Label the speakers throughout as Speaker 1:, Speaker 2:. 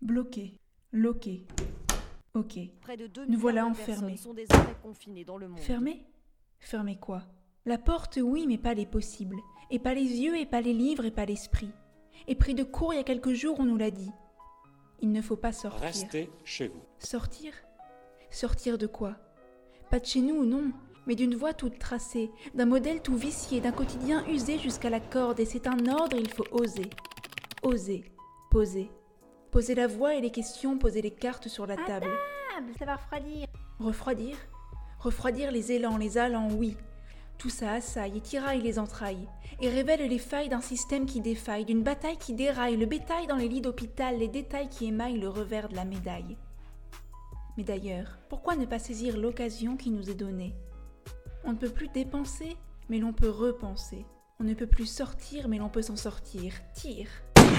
Speaker 1: Bloqué, loqué. Ok,
Speaker 2: Près de 2
Speaker 1: nous voilà
Speaker 2: milliards de
Speaker 1: enfermés.
Speaker 2: personnes sont désormais confinées dans le monde.
Speaker 1: Fermé? Fermé quoi? La porte, oui, mais pas les possibles. Et pas les yeux, et pas les livres, et pas l'esprit. Et pris de court il y a quelques jours, on nous l'a dit. Il ne faut pas sortir.
Speaker 3: Restez chez vous.
Speaker 1: Sortir? Sortir de quoi? Pas de chez nous, non, mais d'une voie toute tracée, d'un modèle tout vicié, d'un quotidien usé jusqu'à la corde, et c'est un ordre, il faut oser. Oser, poser. Poser la voix et les questions, poser les cartes sur la table.
Speaker 4: Ça va refroidir.
Speaker 1: Refroidir? Refroidir les élans, les allants, oui. Tout ça assaille et tiraille les entrailles, et révèle les failles d'un système qui défaille, d'une bataille qui déraille, le bétail dans les lits d'hôpital, les détails qui émaillent le revers de la médaille. Mais d'ailleurs, pourquoi ne pas saisir l'occasion qui nous est donnée? On ne peut plus dépenser, mais l'on peut repenser. On ne peut plus sortir, mais l'on peut s'en sortir. Tire!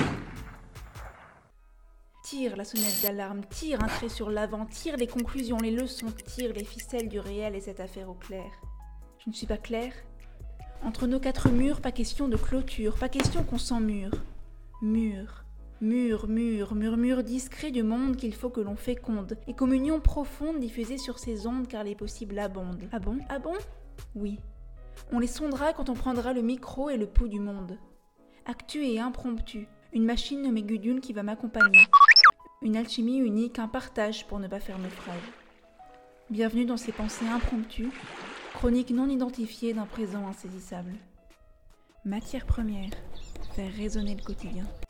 Speaker 1: Tire la sonnette d'alarme, tire un trait sur l'avant, tire les conclusions, les leçons, tire les ficelles du réel et cette affaire au clair. Je ne suis pas claire? Entre nos 4 murs, pas question de clôture, pas question qu'on s'emmure. Mur, mur, mur, murmure discret du monde qu'il faut que l'on féconde, et communion profonde diffusée sur ces ondes car les possibles abondent. Ah bon? Ah bon? Oui. On les sondera quand on prendra le micro et le pouls du monde. Actu et impromptu, une machine nommée Gudule qui va m'accompagner. Une alchimie unique, un partage pour ne pas faire naufrage. Bienvenue dans ces pensées impromptues, chronique non identifiée d'un présent insaisissable. Matière première, faire résonner le quotidien.